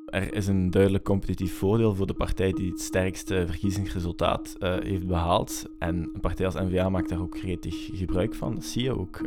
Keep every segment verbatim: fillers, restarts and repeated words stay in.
Er is een duidelijk competitief voordeel voor de partij die het sterkste verkiezingsresultaat uh, heeft behaald. En een partij als N V A maakt daar ook gretig gebruik van, dat zie je ook.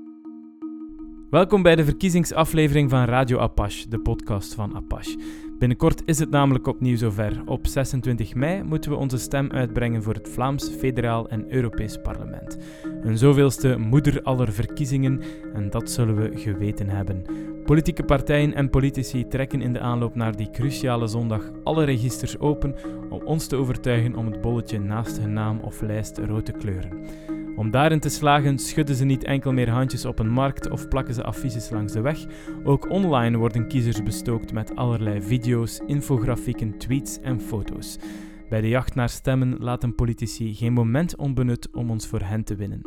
Welkom bij de verkiezingsaflevering van Radio Apache, de podcast van Apache. Binnenkort is het namelijk opnieuw zover. Op zesentwintig mei moeten we onze stem uitbrengen voor het Vlaams, Federaal en Europees Parlement. Een zoveelste moeder aller verkiezingen en dat zullen we geweten hebben. Politieke partijen en politici trekken in de aanloop naar die cruciale zondag alle registers open om ons te overtuigen om het bolletje naast hun naam of lijst rood te kleuren. Om daarin te slagen schudden ze niet enkel meer handjes op een markt of plakken ze affiches langs de weg. Ook online worden kiezers bestookt met allerlei video's, infografieken, tweets en foto's. Bij de jacht naar stemmen laten politici geen moment onbenut om ons voor hen te winnen.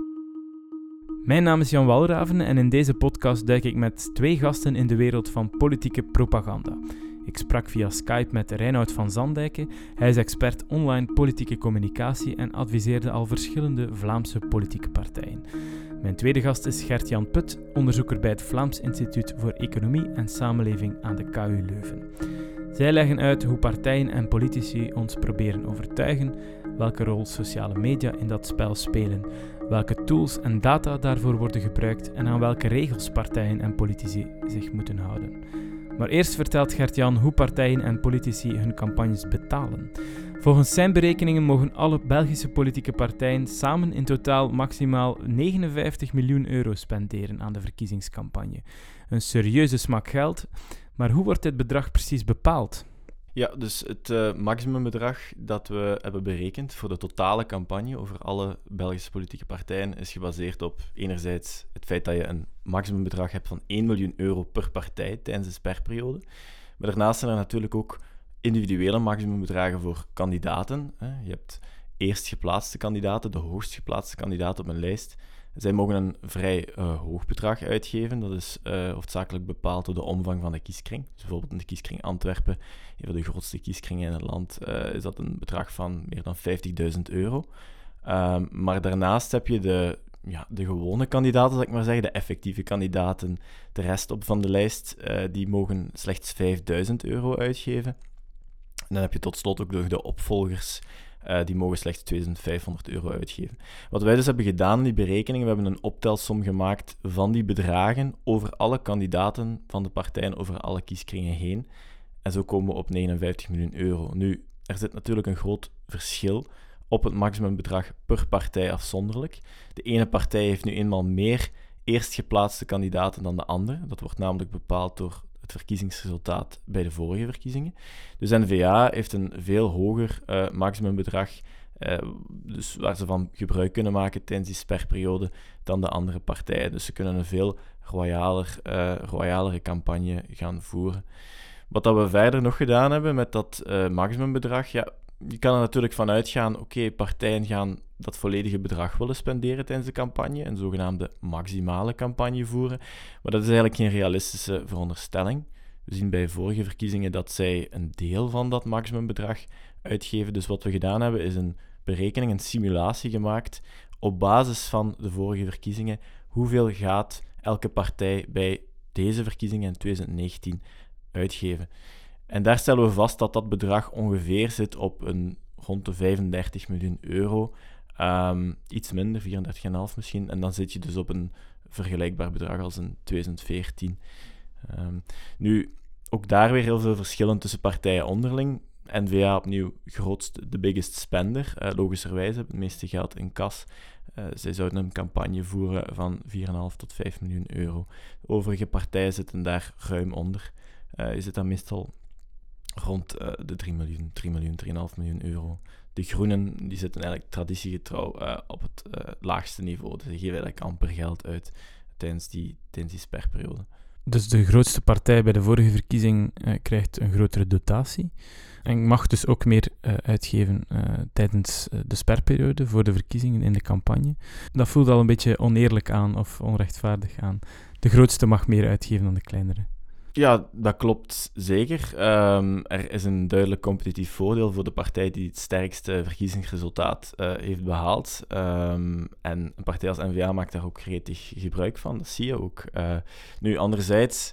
Mijn naam is Jan Walraven en in deze podcast duik ik met twee gasten in de wereld van politieke propaganda. Ik sprak via Skype met Reinoud van Zandijken. Hij is expert online politieke communicatie en adviseerde al verschillende Vlaamse politieke partijen. Mijn tweede gast is Gert-Jan Put, onderzoeker bij het Vlaams Instituut voor Economie en Samenleving aan de K U Leuven. Zij leggen uit hoe partijen en politici ons proberen overtuigen, welke rol sociale media in dat spel spelen, welke tools en data daarvoor worden gebruikt en aan welke regels partijen en politici zich moeten houden. Maar eerst vertelt Gert-Jan hoe partijen en politici hun campagnes betalen. Volgens zijn berekeningen mogen alle Belgische politieke partijen samen in totaal maximaal negenenvijftig miljoen euro spenderen aan de verkiezingscampagne. Een serieuze smak geld, maar hoe wordt dit bedrag precies bepaald? Ja, dus het uh, maximumbedrag dat we hebben berekend voor de totale campagne over alle Belgische politieke partijen is gebaseerd op enerzijds het feit dat je een maximumbedrag hebt van één miljoen euro per partij tijdens de sperperiode. Maar daarnaast zijn er natuurlijk ook individuele maximumbedragen voor kandidaten. Je hebt eerst geplaatste kandidaten, de hoogst geplaatste kandidaten op een lijst. Zij mogen een vrij uh, hoog bedrag uitgeven. Dat is uh, hoofdzakelijk bepaald door de omvang van de kieskring. Dus bijvoorbeeld in de kieskring Antwerpen, een van de grootste kieskringen in het land, uh, is dat een bedrag van meer dan vijftigduizend euro. Uh, maar daarnaast heb je de, ja, de gewone kandidaten, zal ik maar zeggen, de effectieve kandidaten. De rest op van de lijst, uh, die mogen slechts vijfduizend euro uitgeven. En dan heb je tot slot ook nog de opvolgers. Uh, die mogen slechts tweeduizend vijfhonderd euro uitgeven. Wat wij dus hebben gedaan in die berekeningen, we hebben een optelsom gemaakt van die bedragen over alle kandidaten van de partijen, over alle kieskringen heen. En zo komen we op negenenvijftig miljoen euro. Nu, er zit natuurlijk een groot verschil op het maximumbedrag per partij afzonderlijk. De ene partij heeft nu eenmaal meer eerstgeplaatste kandidaten dan de andere. Dat wordt namelijk bepaald door het verkiezingsresultaat bij de vorige verkiezingen. Dus N V A heeft een veel hoger uh, maximumbedrag, uh, dus waar ze van gebruik kunnen maken tijdens die sperperiode dan de andere partijen. Dus ze kunnen een veel royaler, uh, royalere campagne gaan voeren. Wat dat we verder nog gedaan hebben met dat uh, maximumbedrag, ja, je kan er natuurlijk van uitgaan, oké, okay, partijen gaan dat volledige bedrag willen spenderen tijdens de campagne, een zogenaamde maximale campagne voeren, maar dat is eigenlijk geen realistische veronderstelling. We zien bij vorige verkiezingen dat zij een deel van dat maximumbedrag uitgeven, dus wat we gedaan hebben is een berekening, een simulatie gemaakt op basis van de vorige verkiezingen, hoeveel gaat elke partij bij deze verkiezingen in twintig negentien uitgeven. En daar stellen we vast dat dat bedrag ongeveer zit op een rond de vijfendertig miljoen euro. Um, iets minder, vierendertig komma vijf misschien. En dan zit je dus op een vergelijkbaar bedrag als in twintig veertien. Um, nu, ook daar weer heel veel verschillen tussen partijen onderling. N V A opnieuw grootste, de biggest spender. Uh, logischerwijze hebben het meeste geld in kas. Uh, zij zouden een campagne voeren van vier komma vijf tot vijf miljoen euro. De overige partijen zitten daar ruim onder. Uh, je zit dan meestal rond uh, de drie miljoen, drie miljoen, drie komma vijf miljoen euro. De groenen die zitten eigenlijk traditiegetrouw uh, op het uh, laagste niveau. Dus die geven eigenlijk amper geld uit tijdens die, tijdens die sperperiode. Dus de grootste partij bij de vorige verkiezing uh, krijgt een grotere dotatie en mag dus ook meer uh, uitgeven uh, tijdens uh, de sperperiode voor de verkiezingen in de campagne. Dat voelt al een beetje oneerlijk aan of onrechtvaardig aan. De grootste mag meer uitgeven dan de kleinere. Ja, dat klopt zeker. Um, er is een duidelijk competitief voordeel voor de partij die het sterkste verkiezingsresultaat uh, heeft behaald. Um, en een partij als N V A maakt daar ook gretig gebruik van, dat zie je ook. Uh, nu, anderzijds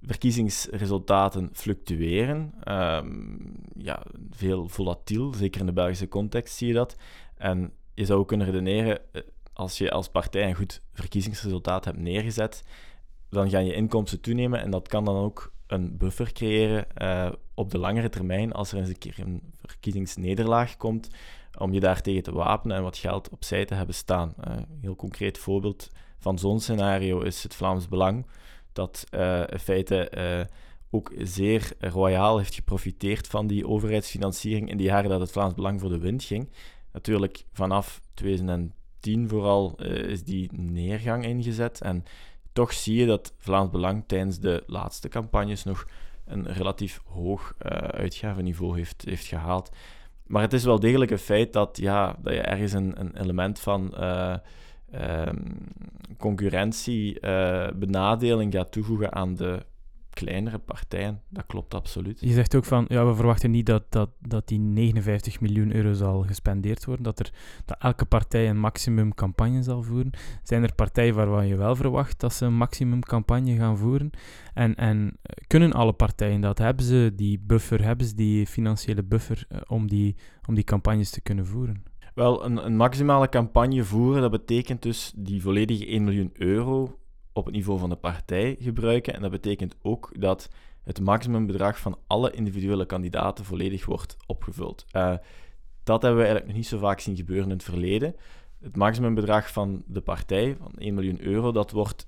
verkiezingsresultaten fluctueren. Um, ja, veel volatiel, zeker in de Belgische context zie je dat. En je zou kunnen redeneren, als je als partij een goed verkiezingsresultaat hebt neergezet, dan gaan je inkomsten toenemen en dat kan dan ook een buffer creëren uh, op de langere termijn, als er eens een keer een verkiezingsnederlaag komt, om je daartegen te wapenen en wat geld opzij te hebben staan. Uh, een heel concreet voorbeeld van zo'n scenario is het Vlaams Belang, dat uh, in feite uh, ook zeer royaal heeft geprofiteerd van die overheidsfinanciering in de jaren dat het Vlaams Belang voor de wind ging. Natuurlijk, vanaf twintig tien vooral uh, is die neergang ingezet en toch zie je dat Vlaams Belang tijdens de laatste campagnes nog een relatief hoog uh, uitgavenniveau heeft, heeft gehaald. Maar het is wel degelijk een feit dat, ja, dat je ergens een, een element van uh, uh, concurrentie, uh, benadeling gaat toevoegen aan de kleinere partijen. Dat klopt absoluut. Je zegt ook van, ja, we verwachten niet dat, dat, dat die negenenvijftig miljoen euro zal gespendeerd worden, dat, er, dat elke partij een maximum campagne zal voeren. Zijn er partijen waarvan je wel verwacht dat ze een maximum campagne gaan voeren? En, en kunnen alle partijen dat? Hebben ze die buffer, hebben ze die financiële buffer uh, om, die, om die campagnes te kunnen voeren? Wel, een, een maximale campagne voeren, dat betekent dus die volledige één miljoen euro op het niveau van de partij gebruiken. En dat betekent ook dat het maximumbedrag van alle individuele kandidaten volledig wordt opgevuld. Uh, dat hebben we eigenlijk nog niet zo vaak zien gebeuren in het verleden. Het maximumbedrag van de partij, van één miljoen euro, dat wordt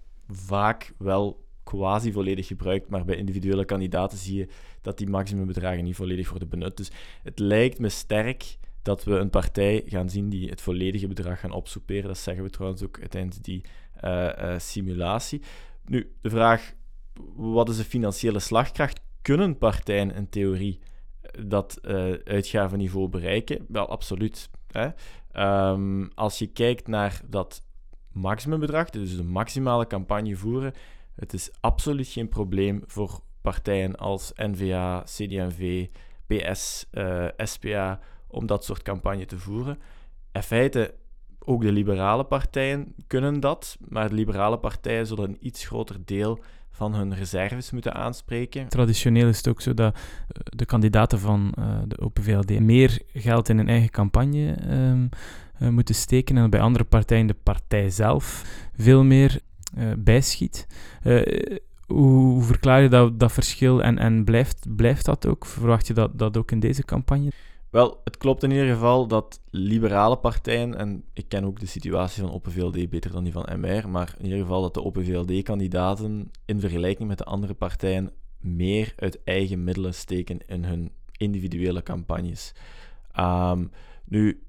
vaak wel quasi volledig gebruikt, maar bij individuele kandidaten zie je dat die maximumbedragen niet volledig worden benut. Dus het lijkt me sterk dat we een partij gaan zien die het volledige bedrag gaan opsoeperen. Dat zeggen we trouwens ook tijdens die uh, uh, simulatie. Nu, de vraag, wat is de financiële slagkracht? Kunnen partijen in theorie dat uh, uitgavenniveau bereiken? Wel, absoluut. Hè? Um, als je kijkt naar dat maximumbedrag, dus de maximale campagne voeren, het is absoluut geen probleem voor partijen als N V A, C D en V, P S, uh, S P A, om dat soort campagne te voeren. In feite, ook de liberale partijen kunnen dat, maar de liberale partijen zullen een iets groter deel van hun reserves moeten aanspreken. Traditioneel is het ook zo dat de kandidaten van uh, de Open V L D meer geld in hun eigen campagne um, uh, moeten steken en bij andere partijen de partij zelf veel meer uh, bijschiet. Uh, hoe, hoe verklaar je dat, dat verschil en, en blijft, blijft dat ook? Verwacht je dat, dat ook in deze campagne? Wel, het klopt in ieder geval dat liberale partijen, en ik ken ook de situatie van Open V L D beter dan die van M R, maar in ieder geval dat de Open V L D-kandidaten in vergelijking met de andere partijen meer uit eigen middelen steken in hun individuele campagnes. Um, nu,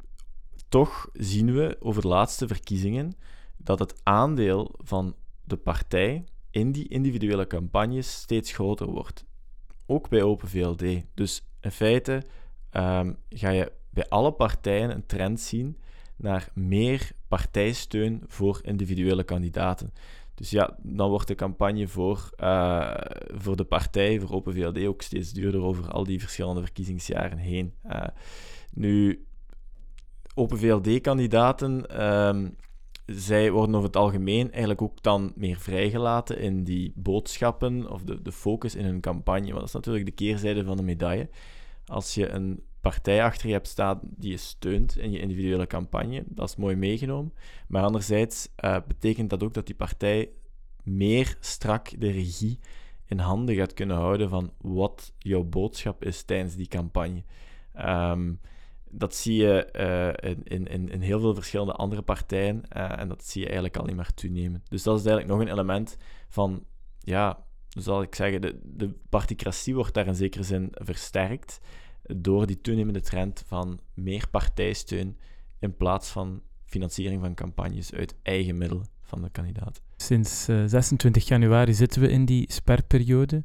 toch zien we over de laatste verkiezingen dat het aandeel van de partij in die individuele campagnes steeds groter wordt. Ook bij Open V L D. Dus in feite Um, ga je bij alle partijen een trend zien naar meer partijsteun voor individuele kandidaten. Dus ja, dan wordt de campagne voor, uh, voor de partij, voor Open V L D, ook steeds duurder over al die verschillende verkiezingsjaren heen. Uh, nu, Open V L D-kandidaten, um, zij worden over het algemeen eigenlijk ook dan meer vrijgelaten in die boodschappen of de, de focus in hun campagne. Want dat is natuurlijk de keerzijde van de medaille. Als je een partij achter je hebt staan die je steunt in je individuele campagne, dat is mooi meegenomen. Maar anderzijds uh, betekent dat ook dat die partij meer strak de regie in handen gaat kunnen houden van wat jouw boodschap is tijdens die campagne. Um, dat zie je uh, in, in, in heel veel verschillende andere partijen uh, en dat zie je eigenlijk alleen maar toenemen. Dus dat is eigenlijk nog een element van, ja, zal ik zeggen, de, de particratie wordt daar in zekere zin versterkt door die toenemende trend van meer partijsteun in plaats van financiering van campagnes uit eigen middelen van de kandidaat. Sinds uh, zesentwintig januari zitten we in die sperperiode.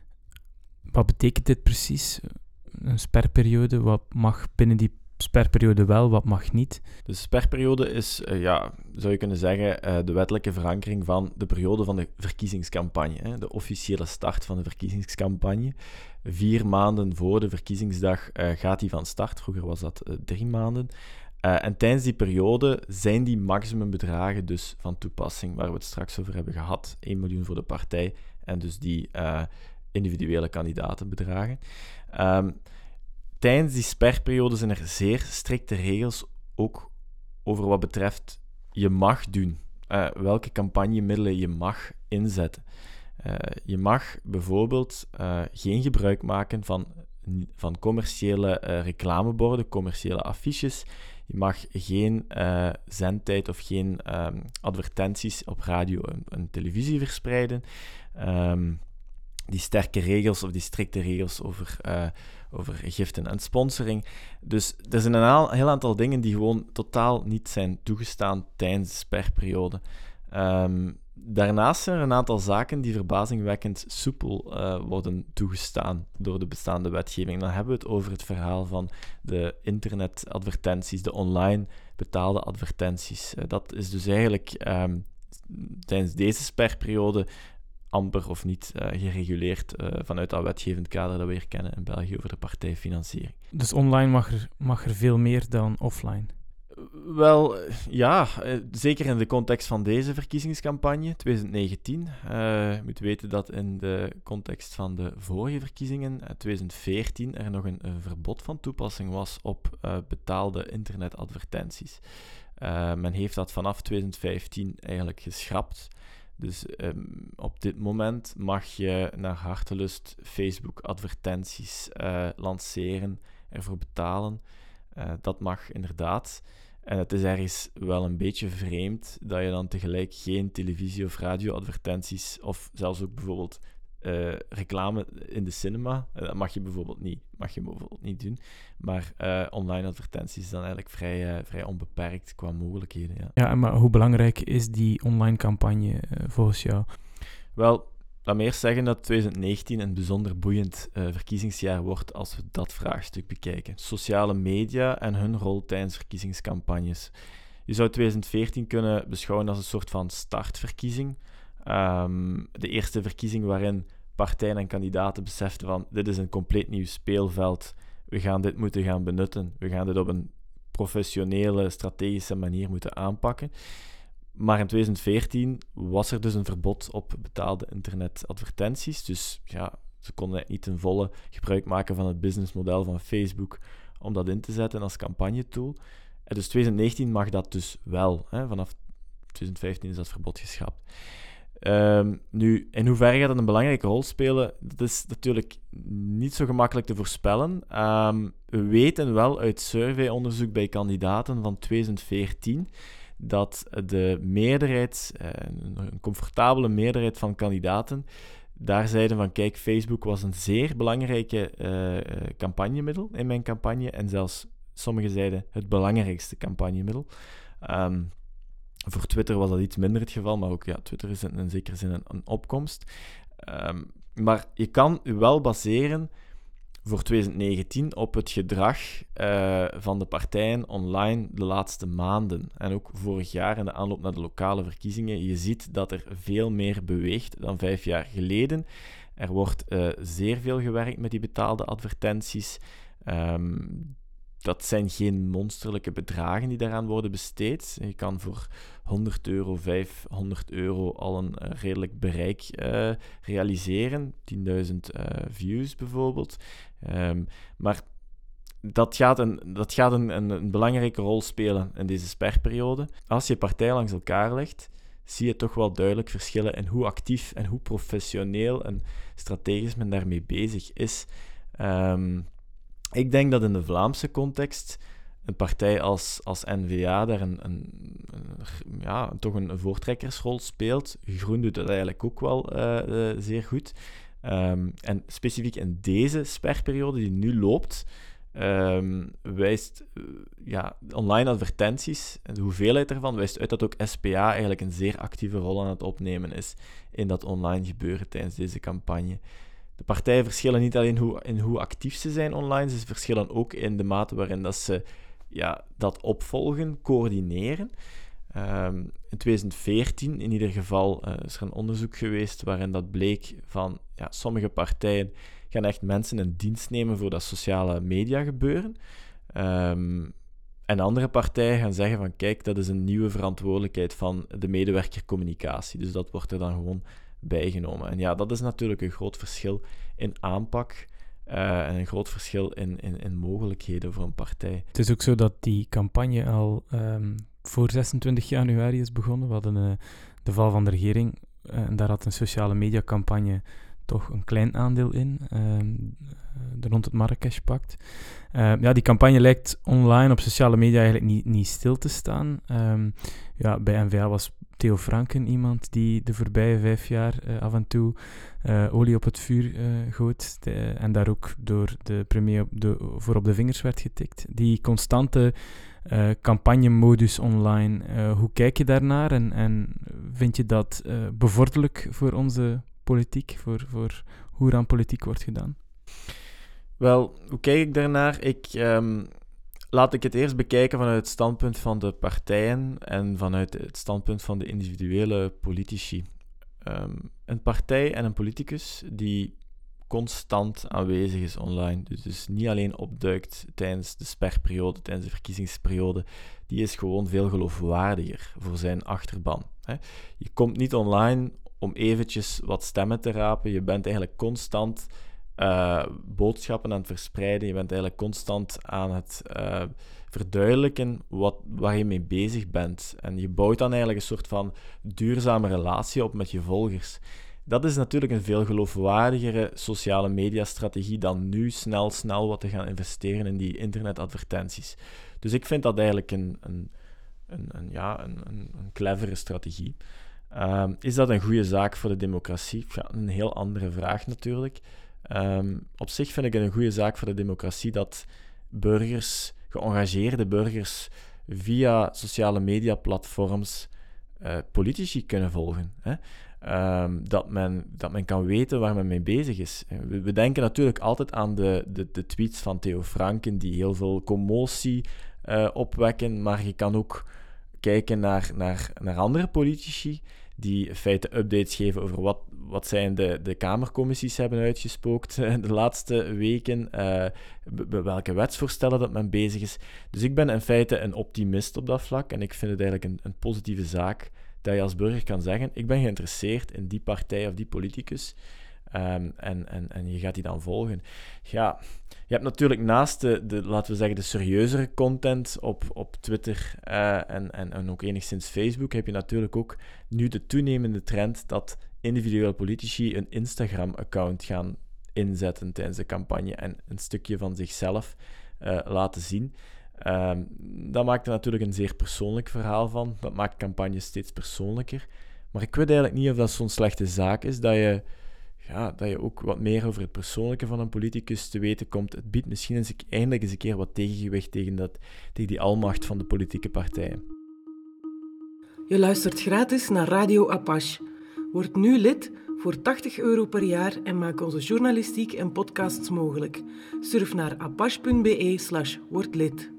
Wat betekent dit precies? Een sperperiode, wat mag binnen die sperperiode wel, wat mag niet? De sperperiode is, uh, ja, zou je kunnen zeggen, uh, de wettelijke verankering van de periode van de verkiezingscampagne. Hè? De officiële start van de verkiezingscampagne. Vier maanden voor de verkiezingsdag uh, gaat die van start. Vroeger was dat uh, drie maanden. Uh, en tijdens die periode zijn die maximumbedragen dus van toepassing, waar we het straks over hebben gehad. één miljoen voor de partij en dus die uh, individuele kandidaten bedragen. Um, tijdens die sperperiode zijn er zeer strikte regels, ook over wat betreft je mag doen, uh, welke campagnemiddelen je mag inzetten. Uh, je mag bijvoorbeeld uh, geen gebruik maken van, van commerciële uh, reclameborden, commerciële affiches. Je mag geen uh, zendtijd of geen um, advertenties op radio en, en televisie verspreiden. Um, die sterke regels of die strikte regels over, uh, over giften en sponsoring. Dus er zijn een a- heel aantal dingen die gewoon totaal niet zijn toegestaan tijdens de sperperiode. Um, Daarnaast zijn er een aantal zaken die verbazingwekkend soepel uh, worden toegestaan door de bestaande wetgeving. Dan hebben we het over het verhaal van de internetadvertenties, de online betaalde advertenties. Uh, dat is dus eigenlijk um, tijdens deze sperperiode amper of niet uh, gereguleerd uh, vanuit dat wetgevend kader dat we hier kennen in België over de partijfinanciering. Dus online mag er, mag er veel meer dan offline? Wel, ja, zeker in de context van deze verkiezingscampagne, twintig negentien. Uh, je moet weten dat in de context van de vorige verkiezingen, twintig veertien, er nog een, een verbod van toepassing was op uh, betaalde internetadvertenties. Uh, men heeft dat vanaf twintig vijftien eigenlijk geschrapt. Dus um, op dit moment mag je naar hartelust Facebook-advertenties uh, lanceren, ervoor betalen. Uh, dat mag inderdaad. En het is ergens wel een beetje vreemd dat je dan tegelijk geen televisie- of radio-advertenties of zelfs ook bijvoorbeeld uh, reclame in de cinema, uh, dat mag je bijvoorbeeld niet, mag je bijvoorbeeld niet doen. Maar uh, online advertenties is dan eigenlijk vrij, uh, vrij onbeperkt qua mogelijkheden. Ja, ja, maar hoe belangrijk is die online campagne uh, volgens jou? Wel, laat me eerst zeggen dat twintig negentien een bijzonder boeiend uh, verkiezingsjaar wordt als we dat vraagstuk bekijken. Sociale media en hun rol tijdens verkiezingscampagnes. Je zou twintig veertien kunnen beschouwen als een soort van startverkiezing. Um, de eerste verkiezing waarin partijen en kandidaten beseften van dit is een compleet nieuw speelveld. We gaan dit moeten gaan benutten. We gaan dit op een professionele, strategische manier moeten aanpakken. Maar in twintig veertien was er dus een verbod op betaalde internetadvertenties. Dus ja, ze konden niet ten volle gebruik maken van het businessmodel van Facebook om dat in te zetten als campagnetool. En dus twintig negentien mag dat dus wel. Hè? Vanaf twintig vijftien is dat verbod geschrapt. Um, nu, in hoeverre gaat dat een belangrijke rol spelen? Dat is natuurlijk niet zo gemakkelijk te voorspellen. Um, we weten wel uit surveyonderzoek bij kandidaten van twintig veertien... dat de meerderheid, een comfortabele meerderheid van kandidaten, daar zeiden van kijk, Facebook was een zeer belangrijke uh, campagnemiddel in mijn campagne en zelfs sommigen zeiden het belangrijkste campagnemiddel. Um, voor Twitter was dat iets minder het geval, maar ook ja, Twitter is in, in zekere zin een, een opkomst. Um, maar je kan je wel baseren voor twintig negentien op het gedrag uh, van de partijen online de laatste maanden. En ook vorig jaar in de aanloop naar de lokale verkiezingen. Je ziet dat er veel meer beweegt dan vijf jaar geleden. Er wordt uh, zeer veel gewerkt met die betaalde advertenties. Um, dat zijn geen monsterlijke bedragen die daaraan worden besteed. Je kan voor honderd euro, vijfhonderd euro al een uh, redelijk bereik uh, realiseren. tienduizend uh, views bijvoorbeeld. Um, maar dat gaat, een, dat gaat een, een, een belangrijke rol spelen in deze sperperiode. Als je partijen langs elkaar legt, zie je toch wel duidelijk verschillen in hoe actief en hoe professioneel en strategisch men daarmee bezig is. Um, ik denk dat in de Vlaamse context een partij als, als N V A daar een, een, een, ja, toch een voortrekkersrol speelt. Groen doet dat eigenlijk ook wel uh, uh, zeer goed. Um, en specifiek in deze sperperiode die nu loopt, um, wijst uh, ja, online advertenties, de hoeveelheid ervan, wijst uit dat ook S P A eigenlijk een zeer actieve rol aan het opnemen is in dat online gebeuren tijdens deze campagne. De partijen verschillen niet alleen hoe, in hoe actief ze zijn online, ze verschillen ook in de mate waarin dat ze ja, dat opvolgen, coördineren. Um, in twintig veertien in ieder geval uh, is er een onderzoek geweest waarin dat bleek van ja, sommige partijen gaan echt mensen in dienst nemen voor dat sociale media gebeuren. Um, en andere partijen gaan zeggen van kijk, dat is een nieuwe verantwoordelijkheid van de medewerker communicatie. Dus dat wordt er dan gewoon bijgenomen. En ja, dat is natuurlijk een groot verschil in aanpak uh, en een groot verschil in, in, in mogelijkheden voor een partij. Het is ook zo dat die campagne al um, voor zesentwintig januari is begonnen. We hadden uh, de val van de regering uh, en daar had een sociale mediacampagne toch een klein aandeel in, um, rond het Marrakesh-pact. Uh, ja, die campagne lijkt online op sociale media eigenlijk niet, niet stil te staan. Um, ja, bij N V A was Theo Franken iemand die de voorbije vijf jaar uh, af en toe uh, olie op het vuur uh, goot uh, en daar ook door de premier op de, voor op de vingers werd getikt. Die constante uh, campagnemodus online, uh, hoe kijk je daarnaar en, en vind je dat uh, bevorderlijk voor onze politiek, voor, voor hoe er aan politiek wordt gedaan? Wel, hoe kijk ik daarnaar? Ik, um, laat ik het eerst bekijken vanuit het standpunt van de partijen en vanuit het standpunt van de individuele politici. Um, een partij en een politicus die constant aanwezig is online, dus, dus niet alleen opduikt tijdens de sperperiode, tijdens de verkiezingsperiode, die is gewoon veel geloofwaardiger voor zijn achterban. Hè. Je komt niet online om eventjes wat stemmen te rapen, je bent eigenlijk constant Uh, boodschappen aan het verspreiden. Je bent eigenlijk constant aan het uh, verduidelijken wat, waar je mee bezig bent. En je bouwt dan eigenlijk een soort van duurzame relatie op met je volgers. Dat is natuurlijk een veel geloofwaardigere sociale media-strategie dan nu snel, snel wat te gaan investeren in die internetadvertenties. Dus ik vind dat eigenlijk een, een, een, een, ja, een, een, een clevere strategie. Uh, is dat een goede zaak voor de democratie? Ja, een heel andere vraag natuurlijk. Um, op zich vind ik het een goede zaak voor de democratie dat burgers, geëngageerde burgers, via sociale media-platforms uh, politici kunnen volgen. Hè? Um, dat, men, dat men kan weten waar men mee bezig is. We, we denken natuurlijk altijd aan de, de, de tweets van Theo Franken, die heel veel commotie uh, opwekken, maar je kan ook kijken naar, naar, naar andere politici die in feite updates geven over wat, wat zijn de, de kamercommissies hebben uitgespookt de laatste weken, uh, b- welke wetsvoorstellen dat men bezig is. Dus ik ben in feite een optimist op dat vlak en ik vind het eigenlijk een, een positieve zaak dat je als burger kan zeggen, ik ben geïnteresseerd in die partij of die politicus um, en, en, en je gaat die dan volgen. Ja, je hebt natuurlijk naast de, de laten we zeggen, de serieuzere content op, op Twitter uh, en, en, en ook enigszins Facebook, heb je natuurlijk ook nu de toenemende trend dat individuele politici een Instagram-account gaan inzetten tijdens de campagne en een stukje van zichzelf uh, laten zien. Um, dat maakt er natuurlijk een zeer persoonlijk verhaal van. Dat maakt campagnes steeds persoonlijker. Maar ik weet eigenlijk niet of dat zo'n slechte zaak is, dat je, ja, dat je ook wat meer over het persoonlijke van een politicus te weten komt. Het biedt misschien eens, eindelijk eens een keer wat tegengewicht tegen, dat, tegen die almacht van de politieke partijen. Je luistert gratis naar Radio Apache. Word nu lid voor tachtig euro per jaar en maak onze journalistiek en podcasts mogelijk. Surf naar apache.be slash word lid.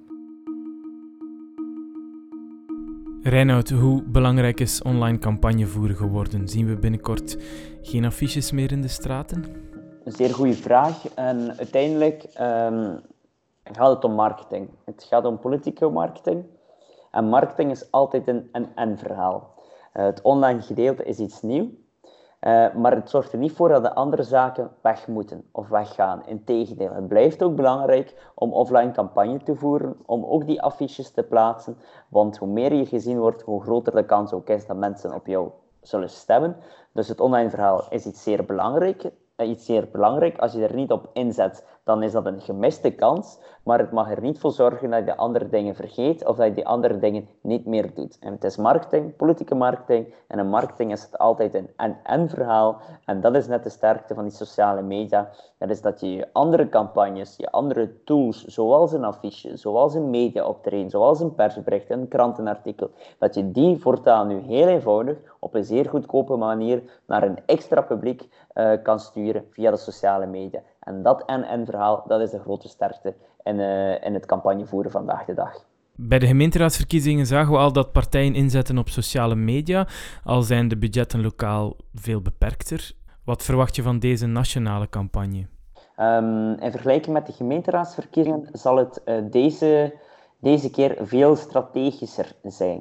Reinoud, hoe belangrijk is online campagnevoeren geworden? Zien we binnenkort geen affiches meer in de straten? Een zeer goede vraag. En uiteindelijk um, gaat het om marketing. Het gaat om politieke marketing. En marketing is altijd een en-en-verhaal. Uh, het online gedeelte is iets nieuws. Uh, maar het zorgt er niet voor dat de andere zaken weg moeten of weggaan. Integendeel, het blijft ook belangrijk om offline campagne te voeren, om ook die affiches te plaatsen. Want hoe meer je gezien wordt, hoe groter de kans ook is dat mensen op jou zullen stemmen. Dus het online verhaal is iets zeer belangrijk. Uh, iets zeer belangrijk. Als je er niet op inzet, dan is dat een gemiste kans. Maar het mag er niet voor zorgen dat je de andere dingen vergeet of dat je die andere dingen niet meer doet. En het is marketing, politieke marketing. En in marketing is het altijd een en-en verhaal. En dat is net de sterkte van die sociale media. Dat is dat je je andere campagnes, je andere tools, zoals een affiche, zoals een mediaoptreden, zoals een persbericht, een krantenartikel, dat je die voortaan nu heel eenvoudig op een zeer goedkope manier naar een extra publiek uh, kan sturen via de sociale media. En dat en-en verhaal, dat is de grote sterkte in, uh, in het campagnevoeren vandaag de dag. Bij de gemeenteraadsverkiezingen zagen we al dat partijen inzetten op sociale media, al zijn de budgetten lokaal veel beperkter. Wat verwacht je van deze nationale campagne? Um, in vergelijking met de gemeenteraadsverkiezingen zal het uh, deze, deze keer veel strategischer zijn.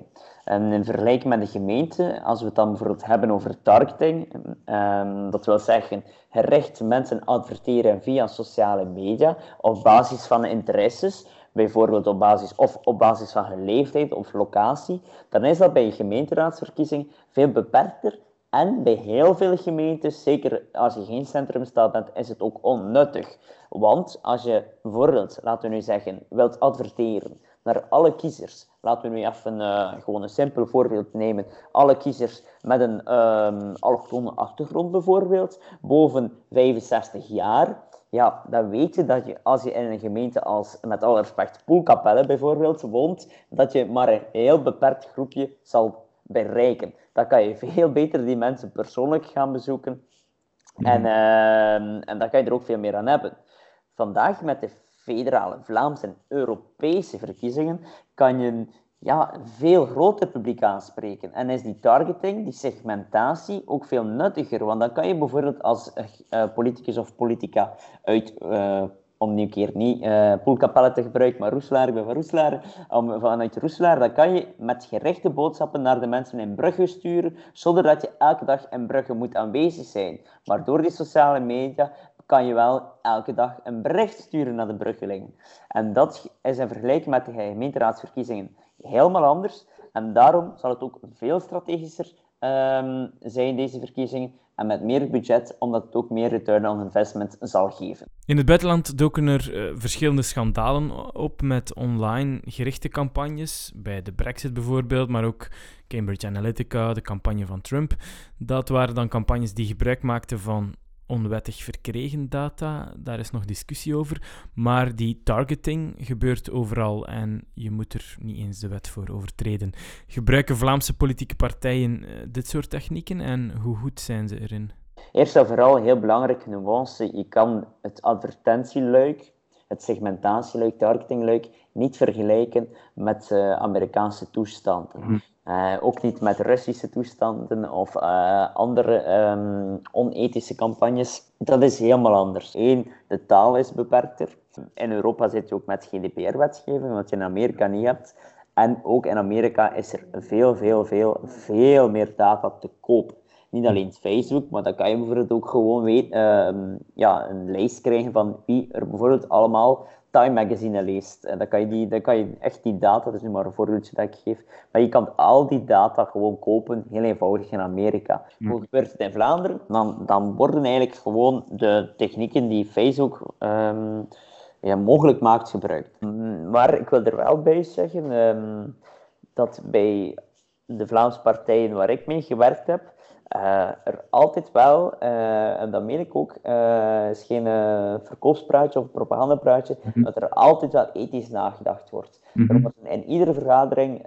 En in vergelijking met de gemeente, als we het dan bijvoorbeeld hebben over targeting, um, dat wil zeggen gericht mensen adverteren via sociale media op basis van interesses, bijvoorbeeld op basis, of op basis van hun leeftijd of locatie, dan is dat bij een gemeenteraadsverkiezing veel beperkter. En bij heel veel gemeentes, zeker als je geen centrumstad bent, is het ook onnuttig. Want als je bijvoorbeeld, laten we nu zeggen, wilt adverteren naar alle kiezers, laten we nu even uh, gewoon een simpel voorbeeld nemen, alle kiezers met een um, allochtone achtergrond bijvoorbeeld, boven vijfenzestig jaar, ja, dan weet je dat je, als je in een gemeente als, met alle respect, Poelkapelle bijvoorbeeld woont, dat je maar een heel beperkt groepje zal bereiken. Dan kan je veel beter die mensen persoonlijk gaan bezoeken. En, uh, en dan kan je er ook veel meer aan hebben. Vandaag met de federale, Vlaamse en Europese verkiezingen kan je een ja, veel groter publiek aanspreken. En is die targeting, die segmentatie, ook veel nuttiger. Want dan kan je bijvoorbeeld als uh, politicus of politica uit... Uh, om nu een keer niet uh, Poelkapelle te gebruiken, maar Roeselare, ik ben van Roeselare, om, vanuit Roeselare, dan kan je met gerichte boodschappen naar de mensen in Brugge sturen, zonder dat je elke dag in Brugge moet aanwezig zijn. Maar door die sociale media kan je wel elke dag een bericht sturen naar de Bruggelingen. En dat is in vergelijking met de gemeenteraadsverkiezingen helemaal anders. En daarom zal het ook veel strategischer um, zijn, deze verkiezingen, en met meer budget, omdat het ook meer return on investment zal geven. In het buitenland doken er uh, verschillende schandalen op met online gerichte campagnes, bij de Brexit bijvoorbeeld, maar ook Cambridge Analytica, de campagne van Trump. Dat waren dan campagnes die gebruik maakten van onwettig verkregen data, daar is nog discussie over, maar die targeting gebeurt overal en je moet er niet eens de wet voor overtreden. Gebruiken Vlaamse politieke partijen uh, dit soort technieken en hoe goed zijn ze erin? Eerst en vooral een heel belangrijke nuance. Je kan het advertentieluik, het segmentatieluik, targetingluik niet vergelijken met uh, Amerikaanse toestanden. Mm. Uh, ook niet met Russische toestanden of uh, andere um, onethische campagnes. Dat is helemaal anders. Eén, de taal is beperkter. In Europa zit je ook met G D P R-wetgeving, wat je in Amerika niet hebt. En ook in Amerika is er veel, veel, veel, veel meer data te koop. Niet alleen Facebook, maar dan kan je bijvoorbeeld ook gewoon weten, uh, ja, een lijst krijgen van wie er bijvoorbeeld allemaal Time Magazine leest. En dan kan je, die, dan kan je echt die data, dat is nu maar een voorbeeldje dat ik geef, maar je kan al die data gewoon kopen, heel eenvoudig in Amerika. Mm. Hoe gebeurt het in Vlaanderen? Dan, dan worden eigenlijk gewoon de technieken die Facebook um, ja, mogelijk maakt gebruikt. Maar ik wil er wel bij zeggen um, dat bij de Vlaamse partijen waar ik mee gewerkt heb, Uh, er altijd wel, uh, en dat meen ik ook, uh, is geen uh, verkoopspraatje of propagandapraatje, mm-hmm. dat er altijd wel ethisch nagedacht wordt. Mm-hmm. Er wordt in iedere vergadering,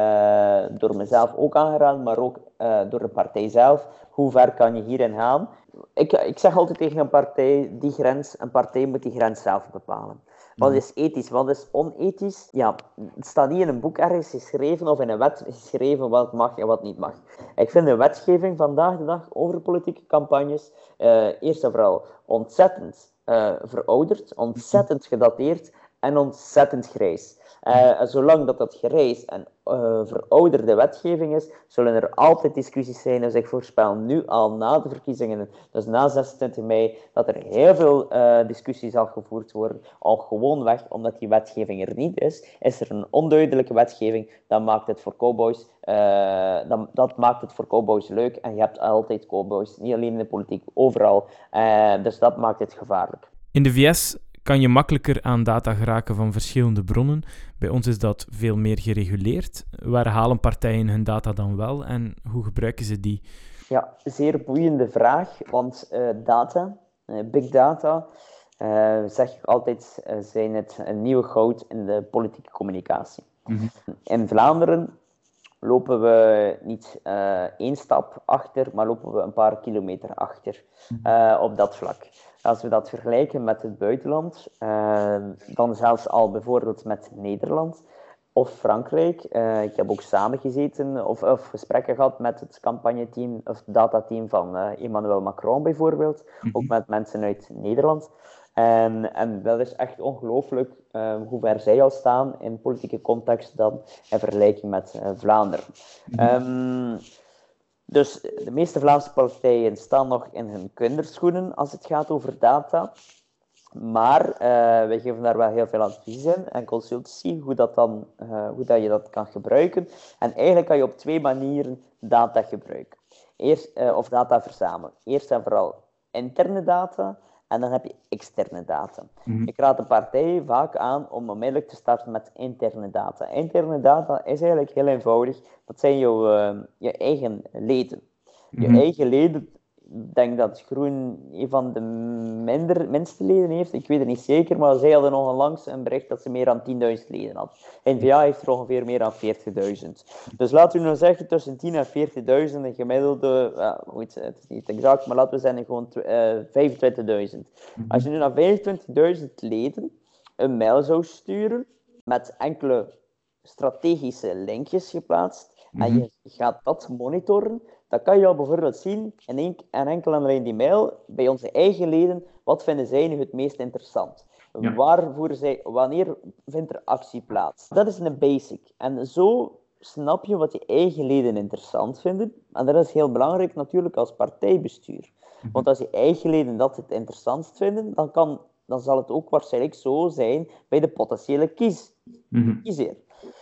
uh, door mezelf ook aangeraden, maar ook uh, door de partij zelf, hoe ver kan je hierin gaan? Ik, ik zeg altijd tegen een partij, die grens, een partij moet die grens zelf bepalen. Wat is ethisch, wat is onethisch? Ja, het staat niet in een boek ergens geschreven of in een wet geschreven wat mag en wat niet mag. Ik vind de wetgeving vandaag de dag over politieke campagnes uh, eerst en vooral ontzettend uh, verouderd, ontzettend gedateerd en ontzettend grijs. Uh, zolang dat dat grijs en uh, verouderde wetgeving is, zullen er altijd discussies zijn. Dus ik voorspel nu al na de verkiezingen, dus na zesentwintig mei, dat er heel veel uh, discussie zal gevoerd worden. Al gewoonweg, omdat die wetgeving er niet is, is er een onduidelijke wetgeving. Dan maakt het voor cowboys, uh, dan, dat maakt het voor cowboys leuk. En je hebt altijd cowboys, niet alleen in de politiek, overal. Uh, dus dat maakt het gevaarlijk. In de V S kan je makkelijker aan data geraken van verschillende bronnen. Bij ons is dat veel meer gereguleerd. Waar halen partijen hun data dan wel en hoe gebruiken ze die? Ja, zeer boeiende vraag, want uh, data, uh, big data, uh, zeg ik altijd, uh, zijn het een nieuwe goud in de politieke communicatie. Mm-hmm. In Vlaanderen lopen we niet uh, één stap achter, maar lopen we een paar kilometer achter uh, op dat vlak. Als we dat vergelijken met het buitenland, uh, dan zelfs al bijvoorbeeld met Nederland of Frankrijk. Uh, ik heb ook samengezeten of, of gesprekken gehad met het campagneteam of datateam van uh, Emmanuel Macron bijvoorbeeld. Mm-hmm. Ook met mensen uit Nederland. En, en dat is echt ongelooflijk uh, hoe ver zij al staan in politieke context dan in vergelijking met uh, Vlaanderen. Um, dus de meeste Vlaamse partijen staan nog in hun kinderschoenen als het gaat over data. Maar uh, wij geven daar wel heel veel advies in en consultancy, hoe, dat dan, uh, hoe dat je dat kan gebruiken. En eigenlijk kan je op twee manieren data gebruiken. Eerst, uh, of data verzamelen. Eerst en vooral interne data en dan heb je externe data. Mm-hmm. Ik raad de partijen vaak aan om onmiddellijk te starten met interne data. Interne data is eigenlijk heel eenvoudig. Dat zijn jouw, uh, je eigen leden. Je mm-hmm. eigen leden... Ik denk dat Groen een van de minder, minste leden heeft. Ik weet het niet zeker, maar zij hadden onlangs een bericht dat ze meer dan tienduizend leden had. N V A heeft er ongeveer meer dan veertigduizend. Dus laten we nu zeggen tussen tien en veertigduizend een gemiddelde, uh, goed, het is niet exact, maar laten we zeggen gewoon uh, vijfentwintigduizend. Als je nu naar vijfentwintigduizend leden een mail zou sturen met enkele strategische linkjes geplaatst en je gaat dat monitoren, dan kan je al bijvoorbeeld zien in een, en enkel en alleen die mail bij onze eigen leden, wat vinden zij nu het meest interessant? Ja. Waarvoor zij, wanneer vindt er actie plaats? Dat is een basic. En zo snap je wat je eigen leden interessant vinden. En dat is heel belangrijk natuurlijk als partijbestuur. Want als je eigen leden dat het interessantst vinden, dan, kan, dan zal het ook waarschijnlijk zo zijn bij de potentiële kies, mm-hmm. kiezer.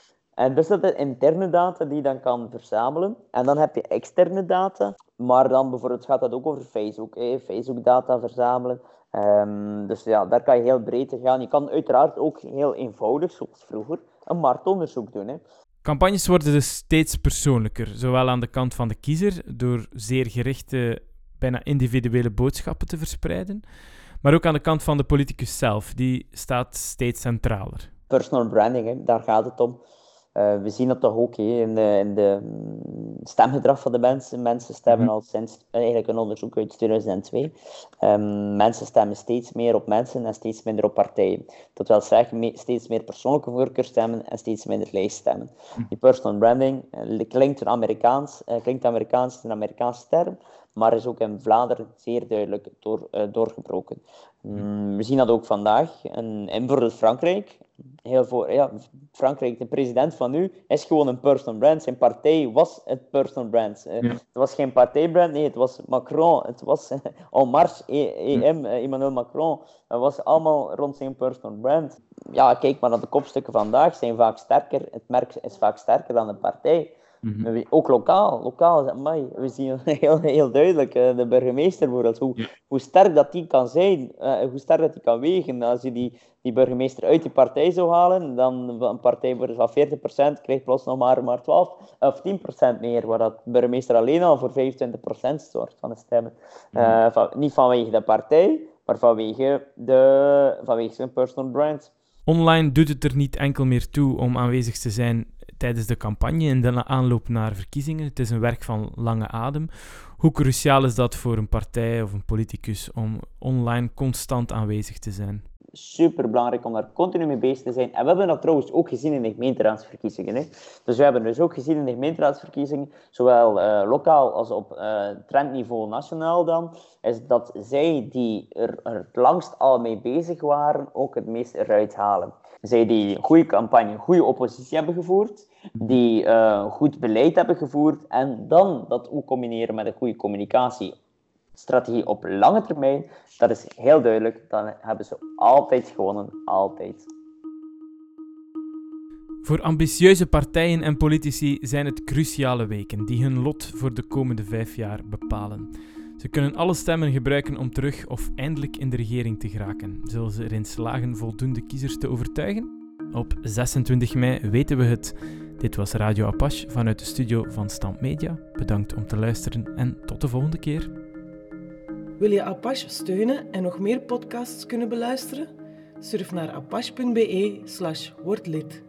En dus dat is interne data die je dan kan verzamelen. En dan heb je externe data. Maar dan bijvoorbeeld gaat dat ook over Facebook. Eh? Facebook-data verzamelen. Um, dus ja, daar kan je heel breed in gaan. Je kan uiteraard ook heel eenvoudig, zoals vroeger, een marktonderzoek doen. Hè? Campagnes worden dus steeds persoonlijker. Zowel aan de kant van de kiezer, door zeer gerichte, bijna individuele boodschappen te verspreiden. Maar ook aan de kant van de politicus zelf. Die staat steeds centraler. Personal branding, hè? Daar gaat het om. Uh, we zien dat toch ook he, in de, in de stemgedrag van de mensen. Mensen stemmen al sinds eigenlijk een onderzoek uit tweeduizend twee. Um, mensen stemmen steeds meer op mensen en steeds minder op partijen. Dat wil zeggen, me, steeds meer persoonlijke voorkeur stemmen en steeds minder lijststemmen. Die personal branding uh, klinkt Amerikaans, uh, klinkt Amerikaans, is een Amerikaanse term, maar is ook in Vlaanderen zeer duidelijk door, uh, doorgebroken. Um, we zien dat ook vandaag in, in bijvoorbeeld Frankrijk. Heel voor, ja, Frankrijk, de president van nu, is gewoon een personal brand. Zijn partij was het personal brand. Uh, ja. Het was geen partijbrand, nee, het was Macron. Het was uh, En Marche, E M, uh, Emmanuel Macron. Het was allemaal rond zijn personal brand. Ja, kijk maar naar de kopstukken vandaag, zijn vaak sterker. Het merk is vaak sterker dan de partij. Mm-hmm. Ook lokaal. Lokaal, amai, we zien heel, heel duidelijk uh, de burgemeester bijvoorbeeld, hoe, ja. hoe sterk dat die kan zijn, uh, hoe sterk dat die kan wegen. Als je die, die burgemeester uit die partij zou halen, dan een partij van veertig procent krijgt plots nog maar, maar twaalf of tien procent meer, waar dat burgemeester alleen al voor vijfentwintig procent zorgt van de stemmen. Mm-hmm. Uh, van, niet vanwege de partij, maar vanwege, de, vanwege zijn personal brand. Online doet het er niet enkel meer toe om aanwezig te zijn tijdens de campagne en de aanloop naar verkiezingen. Het is een werk van lange adem. Hoe cruciaal is dat voor een partij of een politicus om online constant aanwezig te zijn? Super belangrijk om daar continu mee bezig te zijn. En we hebben dat trouwens ook gezien in de gemeenteraadsverkiezingen. Hè. Dus we hebben dus ook gezien in de gemeenteraadsverkiezingen, zowel uh, lokaal als op uh, trendniveau nationaal dan, is dat zij die er, er het langst al mee bezig waren, ook het meest eruit halen. Zij die een goede campagne, een goede oppositie hebben gevoerd, die uh, goed beleid hebben gevoerd en dan dat ook combineren met een goede communicatiestrategie op lange termijn, dat is heel duidelijk, dan hebben ze altijd gewonnen, altijd. Voor ambitieuze partijen en politici zijn het cruciale weken die hun lot voor de komende vijf jaar bepalen. Ze kunnen alle stemmen gebruiken om terug of eindelijk in de regering te geraken. Zullen ze erin slagen voldoende kiezers te overtuigen? Op zesentwintig mei weten we het. Dit was Radio Apache vanuit de studio van Stand Media. Bedankt om te luisteren en tot de volgende keer. Wil je Apache steunen en nog meer podcasts kunnen beluisteren? Surf naar apache.be slash wordlid.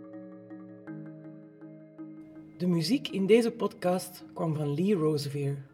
De muziek in deze podcast kwam van Lee Roseveare.